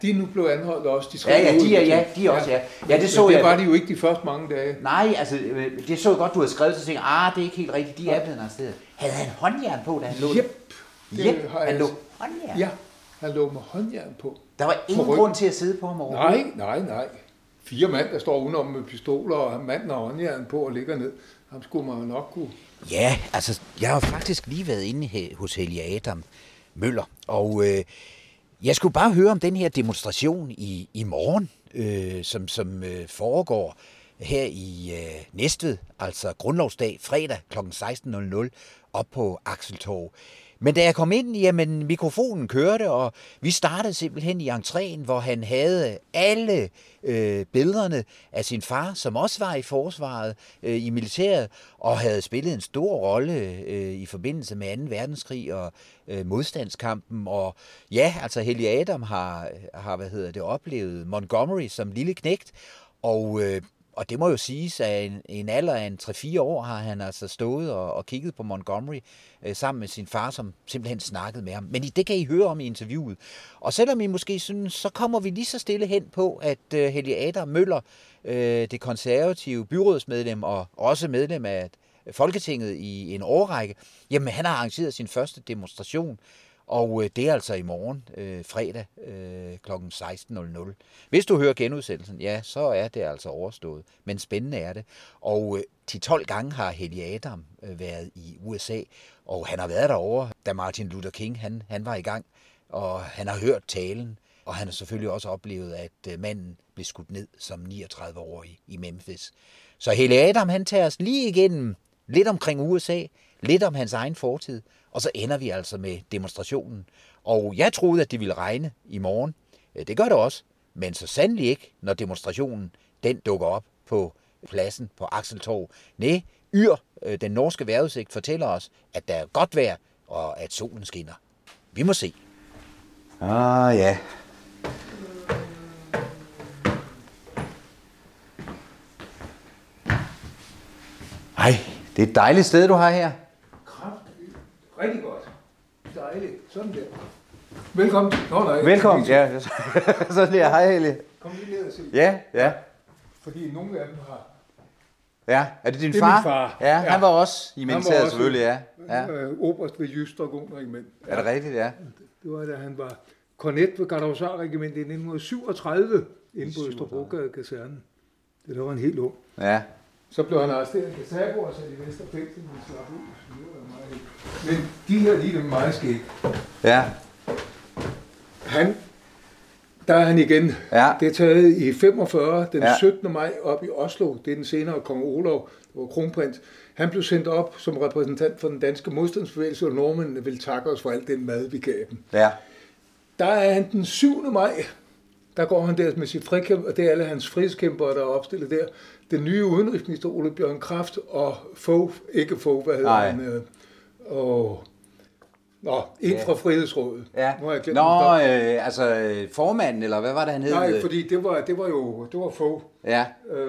De nu blev anholdt også, de tre de er også, ja. Ja, det så men det jeg. var de jo ikke de første mange dage. Nej, altså, det så godt, du havde skrevet, så tænkte det er ikke helt rigtigt, de er blevet arresteret. Havde han håndjern på, da han lå? Han lå håndjern? Ja, han lå med håndjern på. Der var ingen grund til at sidde på ham overhovedet? Nej. 4 mand, der står udenom med pistoler, og manden har håndjern på og ligger ned. Ham skulle man jo nok kunne. Ja, altså, jeg har faktisk lige været inde hos Helge Adam Møller, og jeg skulle bare høre om den her demonstration i morgen, som foregår her i Næstved, altså grundlovsdag, fredag kl. 16.00 op på Axeltorv. Men da jeg kom ind, jamen mikrofonen kørte, og vi startede simpelthen i entréen, hvor han havde alle billederne af sin far, som også var i forsvaret i militæret, og havde spillet en stor rolle i forbindelse med 2. verdenskrig og modstandskampen. Og ja, altså Helge Adam har oplevet Montgomery som lille knægt, og det må jo siges, at en alder af 3-4 år har han altså stået og kigget på Montgomery sammen med sin far, som simpelthen snakkede med ham. Men det kan I høre om i interviewet. Og selvom I måske synes, så kommer vi lige så stille hen på, at Helge Adam Møller, det konservative byrådsmedlem og også medlem af Folketinget i en årrække, jamen han har arrangeret sin første demonstration. Og det er altså i morgen, fredag kl. 16.00. Hvis du hører genudsendelsen, ja, så er det altså overstået. Men spændende er det. Og 10-12 gange har Helge Adam været i USA, og han har været derovre, da Martin Luther King han var i gang. Og han har hørt talen, og han har selvfølgelig også oplevet, at manden blev skudt ned som 39-årig i Memphis. Så Helge Adam, han tager os lige igennem lidt omkring USA, lidt om hans egen fortid, og så ender vi altså med demonstrationen. Og jeg troede, at det ville regne i morgen. Det gør det også, men så sandelig ikke, når demonstrationen den dukker op på pladsen på Axeltorv. Nej, den norske vejrudsigt fortæller os, at der er godt vejr, og at solen skinner. Vi må se. Ja. Ej, det er et dejligt sted, du har her. Rigtig godt. Dejligt. Sådan der. Velkommen. Velkommen, ja. Sådan der. Hej, Helge. Kom lige ned og se. Ja. Fordi nogle af dem har... Ja, er det din far? Det er min far. Ja, han var også i militæret selvfølgelig, ja. Oberst ved Jysk Dragonregiment. Er det rigtigt, ja? Det var da han var kornet ved Gardehusarregimentet i 1937 inde på Østerbrogade kasernen. Det var en helt ung. Ja. Så blev han arresteret i Gestapo og sat i Vesterfængsel, men slap ud. Men de her lige er meget skæg. Ja. Der er han igen. Ja. Det er taget i 45, den 17. maj op i Oslo. Det er den senere kong Olav, der var kronprins. Han blev sendt op som repræsentant for den danske modstandsbevægelse, og nordmændene vil takke os for alt den mad, vi gav dem. Ja. Der er han den 7. maj. Der går han der med sit frikæmper, og det er alle hans frihedskæmpere, der er opstillet der. Den nye udenrigsminister, Ole Bjørn Kraft, og Fogh, han? En fra Frihedsrådet. Ja. Altså formanden, eller hvad var det, han hed? Nej, fordi det var Fogh. Ja.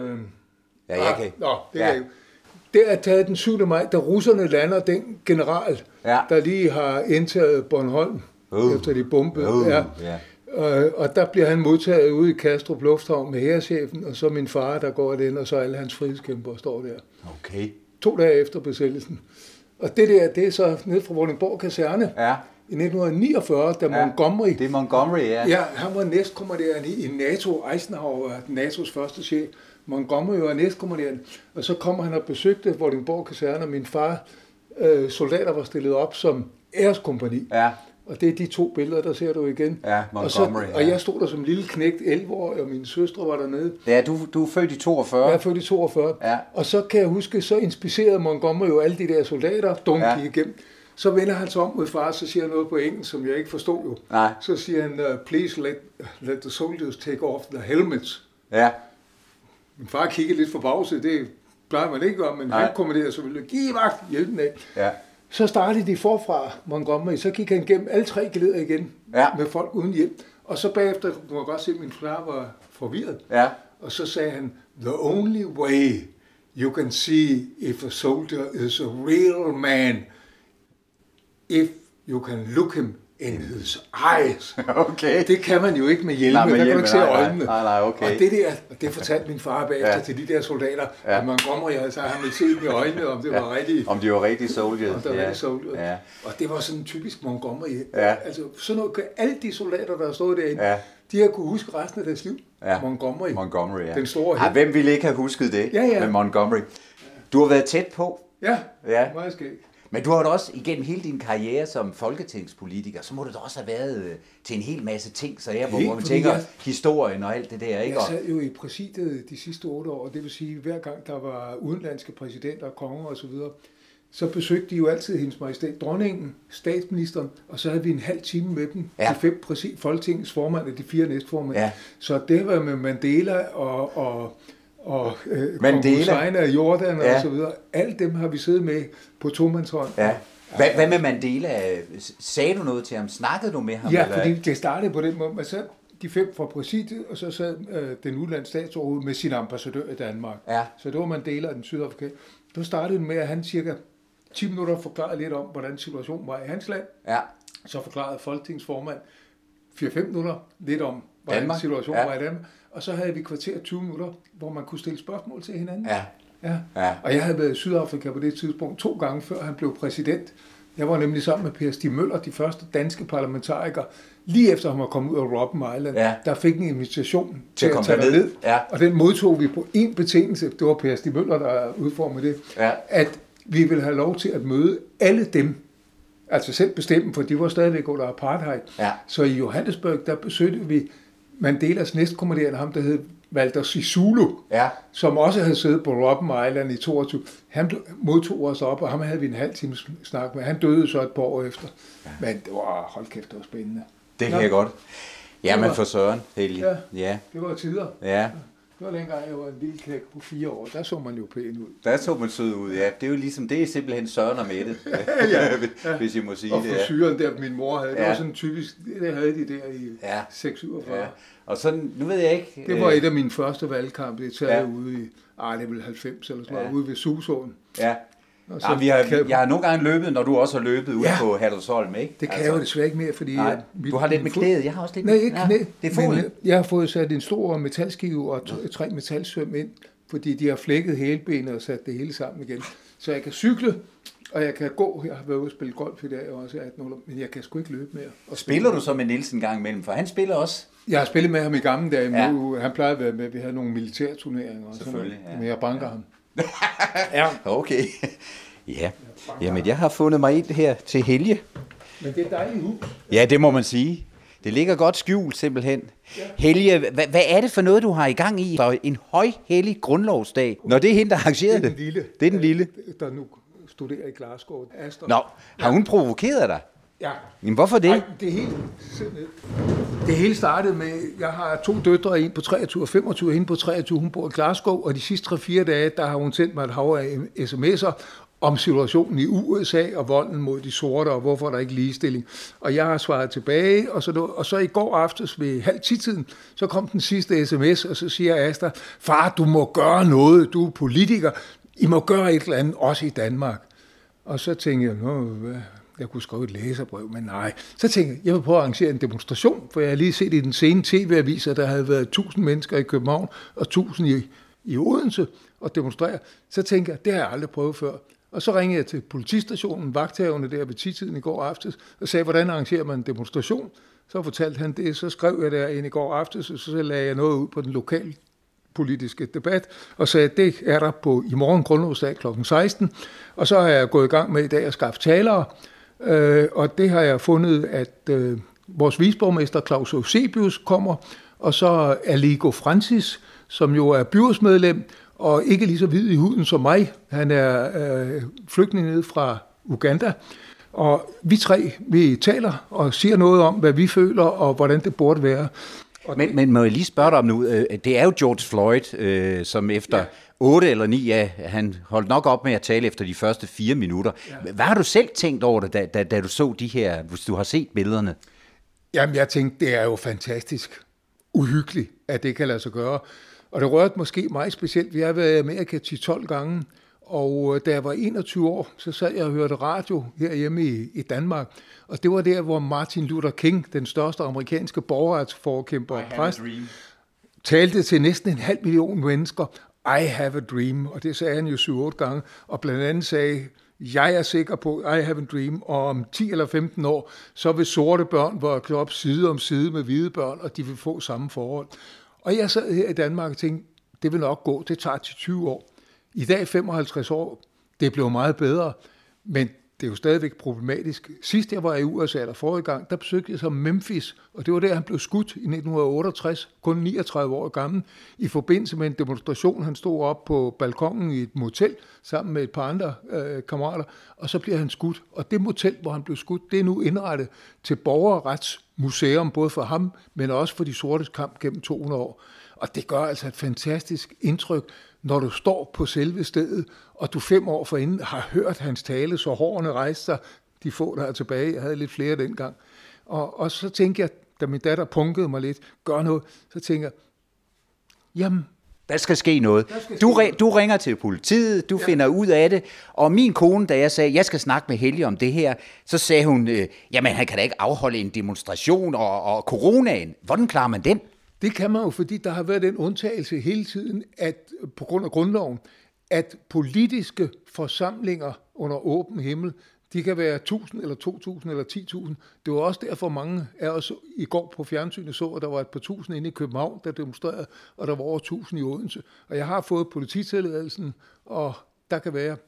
Det er taget den 7. maj, da russerne lander den general, der lige har indtaget Bornholm, efter de bombede. Og der bliver han modtaget ude i Kastrup Lufthavn med hærechefen, og så min far, der går ind, og så alle hans frihedskæmpere står der. Okay. 2 dage efter besættelsen. Og det er så ned fra Vordingborg Kaserne. Ja. I 1949, da Montgomery... Det er Montgomery, ja. Ja, han var næstkommanderende i NATO. Eisenhower var NATO's første chef. Montgomery var næstkommanderende. Og så kommer han og besøgte Vordingborg Kaserne, og min far, soldater var stillet op som æreskompagni. Ja. Og det er de 2 billeder, der ser du igen. Ja, Montgomery. Og jeg stod der som lille knægt, 11 år, og min søstre var dernede. Ja, du er født i 42. Jeg er født i 42. Ja. Og så kan jeg huske, så inspicerede Montgomery jo alle de der soldater, kigge igennem. Så vender han sig om mod far, så siger han noget på engelsk, som jeg ikke forstod jo. Nej. Så siger han, please let the soldiers take off the helmets. Ja. Min far kiggede lidt forbavset, det plejer man ikke om, men han kommanderede selvfølgelig, giv vagt, hjælpen af. Ja. Så startede de forfra Montgomery, så gik han gennem alle 3 geleder igen med folk uden hjælp. Og så bagefter, du må godt se, at min far var forvirret. Ja. Og så sagde han, the only way you can see if a soldier is a real man, if you can look him enheds. Okay. Det kan man jo ikke med hjelme, der kan du ikke se øjnene. Nej, okay. Og det fortalte min far bagefter til de der soldater, at Montgomery havde sagt, at han ville se dem i øjnene, om det var rigtigt. Om de var rigtig soldiers. Ja. Og det var sådan typisk Montgomery. Ja. Altså sådan noget, alle de soldater, der stod derinde, de har kunne huske resten af deres liv. Ja. Montgomery, den store helt. Hvem ville ikke have husket det med Montgomery? Du har været tæt på. Ja. Meget skægt. Men du har da også igennem hele din karriere som folketingspolitiker, så må du da også have været til en hel masse ting, så hvor man tænker historien og alt det der, ikke? Jeg sad jo i præsidiet de sidste 8 år, det vil sige, hver gang der var udenlandske præsidenter, konger og så videre, så besøgte de jo altid hendes majestæt, dronningen, statsministeren, og så havde vi en halv time med dem, de 5 folketingets formand og de 4 næstformænd. Ja. Så det var med Mandela og Kong Hussein af Jordan og så videre. Alle dem har vi siddet med på tomandshånd. Ja. Hvad med Mandela? Sagde du noget til ham? Snakkede du med ham? Ja, fordi det startede på den måde. Man sad de 5 fra præsidiet, og så sad den udlandske statsoverhoved med sin ambassadør i Danmark. Ja. Så det var Mandela og den sydafrikanske. Så startede det med, at han cirka 10 minutter forklarede lidt om, hvordan situationen var i hans land. Ja. Så forklarede folketingsformand 4-5 minutter lidt om, hvordan situationen var i Danmark. Og så havde vi kvarter 20 minutter, hvor man kunne stille spørgsmål til hinanden. Ja. Og jeg havde været i Sydafrika på det tidspunkt 2 gange, før han blev præsident. Jeg var nemlig sammen med Per Stig Møller, de første danske parlamentarikere, lige efter han var kommet ud af Robben Island. Ja. Der fik en invitation til at tage ned. Ja. Og den modtog vi på én betingelse. Det var Per Stig Møller, der udformede det. Ja. At vi ville have lov til at møde alle dem, altså selv bestemme, for de var stadigvæk under apartheid. Ja. Så i Johannesburg, der besøgte vi Mandelas næstkommanderende, ham der hed Walter Sisulu, som også havde siddet på Robben Island i 22. Han modtog os op, og ham havde vi en halv time snak med. Han døde så et par år efter. Ja. Men det var, hold kæft, det var spændende. Det kan jeg godt. Jamen for Søren, Helge. Ja, det var tider. Ja. Det var dengang, jeg var en lille knæk på 4 år. Der så man jo pæn ud. Der så man sød ud, ja. Det er jo ligesom, det er simpelthen Søren og Mette, hvis jeg må sige og det. Og frisyren der, min mor havde, det var sådan typisk, det havde de der i 6-47. Ja. Og sådan, nu ved jeg ikke. Det var et af mine første valgkampe, det taget ude i, det er vel 90 eller sådan noget, ude ved Susåen. Ja. Jeg har nogle gange løbet, når du også har løbet ude på Herlufsholm, ikke? Det kan jeg jo desværre ikke mere, fordi... Du har lidt med knæet, jeg har også lidt med... Nej, ikke knæ. Det er foden. Jeg har fået sat en stor metalskive og 3 metalsøm ind, fordi de har flækket hælbenet og sat det hele sammen igen. Så jeg kan cykle, og jeg kan gå. Jeg har været ude og spille golf i dag, også 18 år, men jeg kan sgu ikke løbe mere. Og spiller du så med Nielsen en gang imellem? For han spiller også... Jeg har spillet med ham i gamle dage. Han plejede at være med. Vi havde nogle militærturneringer og sådan noget. Men jeg banker ham. Okay. Ja, jamen jeg har fundet mig ind her til Helge. Men det er dejligt hus. Ja, det må man sige. Det ligger godt skjult simpelthen. Ja. Helge, hvad er det for noget, du har i gang i? Der er en højhellig grundlovsdag. Når det er hende, der arrangerer det. Det er den lille. Der nu studerer i Glasgow. Nå, har hun provokeret dig? Ja. Men hvorfor det? Nej, det hele startede med, jeg har 2 døtre, en på 23 og 25, hende på 23, hun bor i Glasgow, og de sidste 3-4 dage, der har hun sendt mig et hav af sms'er om situationen i USA og volden mod de sorte, og hvorfor der ikke ligestilling. Og jeg har svaret tilbage, og så i går aftes ved 9:30, så kom den sidste sms, og så siger Asta, far, du må gøre noget, du er politiker, I må gøre et eller andet, også i Danmark. Og så tænkte jeg, jeg kunne skrive et læserbrev, men nej. Så tænkte jeg vil prøve at arrangere en demonstration, for jeg har lige set i den sene tv-avis, at der havde været 1000 mennesker i København og 1000 i Odense og demonstrere. Så tænkte jeg, det har jeg aldrig prøvet før. Og så ringede jeg til politistationen, vagthavende der ved 10-tiden i går aftes, og sagde, hvordan arrangerer man en demonstration? Så fortalte han det, så skrev jeg derinde i går aftes, og så lagde jeg noget ud på den lokale politiske debat, og sagde, at det er der i morgen grundlovsdag kl. 16, og så har jeg gået i gang med i dag at skaffe talere, og det har jeg fundet, at vores viceborgmester Claus Eusebius kommer, og så Aligo Francis, som jo er byrådsmedlem, og ikke lige så hvid i huden som mig. Han er flygtning nede fra Uganda, og vi 3, vi taler og siger noget om, hvad vi føler, og hvordan det burde være. Men må jeg lige spørge dig om nu, det er jo George Floyd, som efter 8 eller 9, han holdt nok op med at tale efter de første 4 minutter. Ja. Hvad har du selv tænkt over det, da du så de her, hvis du har set billederne? Jamen, jeg tænkte, det er jo fantastisk uhyggeligt, at det kan lade sig gøre. Og det rørte måske mig specielt. Vi har været i Amerika 10-12 gange, Og da jeg var 21 år, så sad jeg og hørte radio herhjemme i Danmark. Og det var der, hvor Martin Luther King, den største amerikanske borgerretsforkæmper og præst, talte til næsten 500.000 mennesker. I have a dream. Og det sagde han jo 7-8 gange. Og blandt andet sagde, jeg er sikker på, I have a dream. Og om 10 eller 15 år, så vil sorte børn vokse op side om side med hvide børn, og de vil få samme forhold. Og jeg sad her i Danmark og tænkte, det vil nok gå. Det tager til 20 år. I dag 55 år, det blev meget bedre, men det er jo stadigvæk problematisk. Sidst jeg var i USA, eller forrige gang, der besøgte jeg så Memphis, og det var der, han blev skudt i 1968, kun 39 år gammel, i forbindelse med en demonstration. Han stod op på balkongen i et motel, sammen med et par andre kammerater, og så bliver han skudt. Og det motel, hvor han blev skudt, det er nu indrettet til borgerretsmuseum, både for ham, men også for de sortes kamp gennem 200 år. Og det gør altså et fantastisk indtryk, når du står på selve stedet, og du 5 år forinden har hørt hans tale, så hårene rejste sig, de få, der er tilbage. Jeg havde lidt flere dengang. Og så tænkte jeg, da min datter punkede mig lidt, gør noget, så tænker jeg, jamen, der skal ske noget. Du ringer til politiet, du finder ud af det, og min kone, da jeg sagde, jeg skal snakke med Helge om det her, så sagde hun, jamen han kan da ikke afholde en demonstration og coronaen. Hvordan klarer man den? Det kan man jo, fordi der har været den undtagelse hele tiden, at på grund af grundloven, at politiske forsamlinger under åben himmel, de kan være 1000 eller 2000 eller 10.000. Det var også derfor mange af os i går på fjernsynet så, at der var et par tusind inde i København, der demonstrerede, og der var over 1000 i Odense. Og jeg har fået polititilladelsen, og der kan være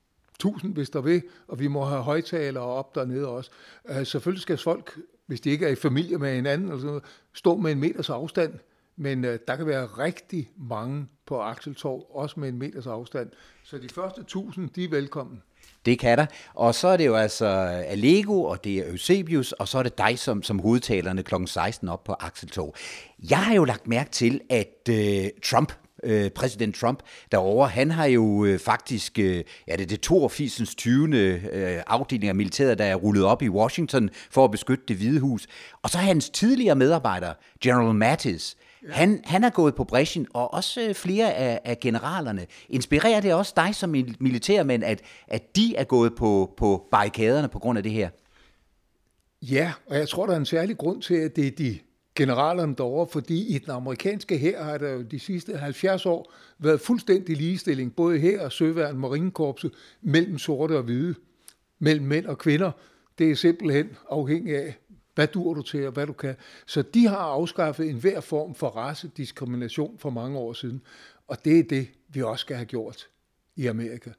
1000, hvis der vil, og vi må have højtalere op dernede også. Selvfølgelig skal folk, hvis de ikke er i familie med hinanden, eller sådan noget, stå med 1 meters afstand, men der kan være rigtig mange på Axeltorv, også med 1 meters afstand. Så de første 1000, de er velkommen. Det kan der. Og så er det jo altså Allego, og det er Eusebius, og så er det dig som hovedtalerne kl. 16 op på Axeltorv. Jeg har jo lagt mærke til, at præsident Trump derovre, han har jo faktisk, det 82. 20. afdeling af militæret, der er rullet op i Washington for at beskytte Det Hvide Hus. Og så hans tidligere medarbejder, General Mattis, han er gået på brechen, og også flere af generalerne. Inspirerer det også dig som militærmænd, at de er gået på barrikaderne på grund af det her? Ja, og jeg tror, der er en særlig grund til, at det er de generalerne derovre, fordi i den amerikanske hær har der jo de sidste 70 år været fuldstændig ligestilling, både hær og søværn, marinekorpset, mellem sorte og hvide, mellem mænd og kvinder. Det er simpelthen afhængigt af, hvad dur du til, og hvad du kan. Så de har afskaffet enhver form for racediskrimination for mange år siden. Og det er det, vi også skal have gjort i Amerika.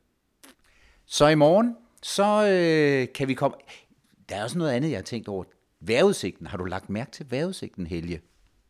Så i morgen, så kan vi komme... Der er også noget andet, jeg har tænkt over. Vejrudsigten. Har du lagt mærke til vejrudsigten, Helge?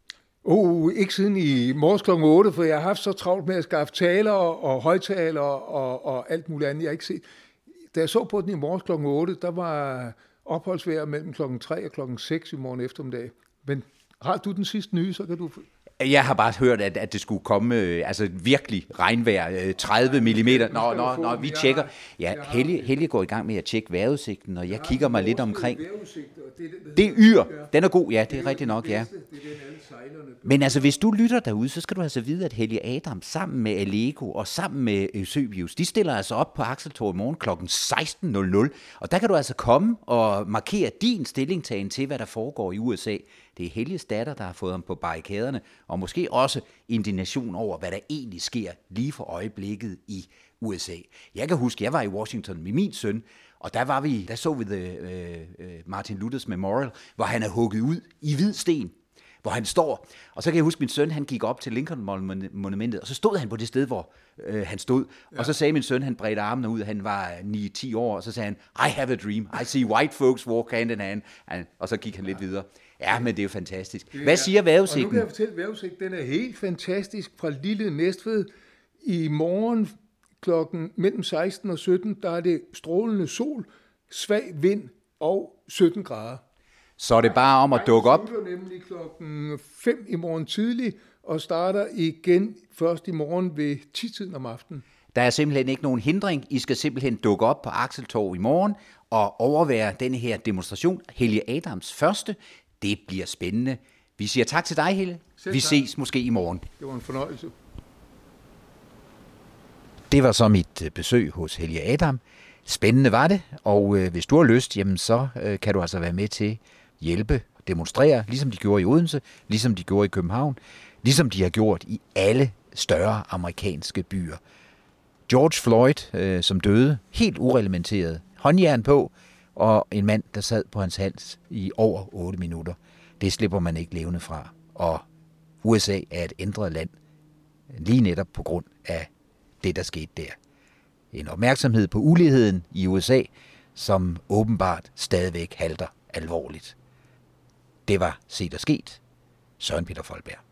Ikke siden i morges kl. 8, for jeg har haft så travlt med at skaffe taler og højtaler og alt muligt andet, jeg ikke set. Da jeg så på den i morges kl. 8, der var opholdsvejr mellem kl. 3 og kl. 6 i morgen eftermiddag. Men har du den sidste nye, så kan du... Jeg har bare hørt, at det skulle komme virkelig regnvejr, 30 mm. Nå, vi tjekker. Ja, Helge går i gang med at tjekke vejrudsigten, og jeg kigger mig lidt omkring. Det er yr. Den er god, ja, det er rigtigt nok, ja. Men altså, hvis du lytter derude, så skal du altså vide, at Helge Adam sammen med Allego og sammen med Eusebius, de stiller altså op på Axeltorv i morgen kl. 16.00. Og der kan du altså komme og markere din stillingtagen til, hvad der foregår i USA. Det er Helges datter, der har fået ham på barrikaderne, og måske også indignation over, hvad der egentlig sker lige for øjeblikket i USA. Jeg kan huske, jeg var i Washington med min søn, og der så vi Martin Luthers Memorial, hvor han er hugget ud i hvid sten, hvor han står. Og så kan jeg huske, min søn, han gik op til Lincoln-monumentet, og så stod han på det sted, hvor han stod. Ja. Og så sagde min søn, han bredte armene ud, han var 9-10 år, og så sagde han, I have a dream, I see white folks walk hand in hand. Og så gik han lidt videre. Ja, men det er jo fantastisk. Hvad siger vejrudsigten? Og nu kan jeg fortælle, at vejrudsigten den er helt fantastisk fra lille Næstved. I morgen klokken mellem 16 og 17, der er det strålende sol, svag vind og 17 grader. Så er det bare om at dukke op? Det slutter nemlig klokken 5 i morgen tidlig, og starter igen først i morgen ved 10-tiden om aftenen. Der er simpelthen ikke nogen hindring. I skal simpelthen dukke op på Axeltorv i morgen og overvære denne her demonstration. Helge Adams første. Det bliver spændende. Vi siger tak til dig, Helge. Vi ses måske i morgen. Det var en fornøjelse. Det var så mit besøg hos Helge Adam. Spændende var det, og hvis du har lyst, jamen så kan du altså være med til hjælpe, demonstrere, ligesom de gjorde i Odense, ligesom de gjorde i København, ligesom de har gjort i alle større amerikanske byer. George Floyd, som døde, helt ureglementeret, håndjern på, og en mand, der sad på hans hals i over 8 minutter. Det slipper man ikke levende fra, og USA er et ændret land, lige netop på grund af det, der skete der. En opmærksomhed på uligheden i USA, som åbenbart stadigvæk halter alvorligt. Det var set og sket. Søren Peter Folberg.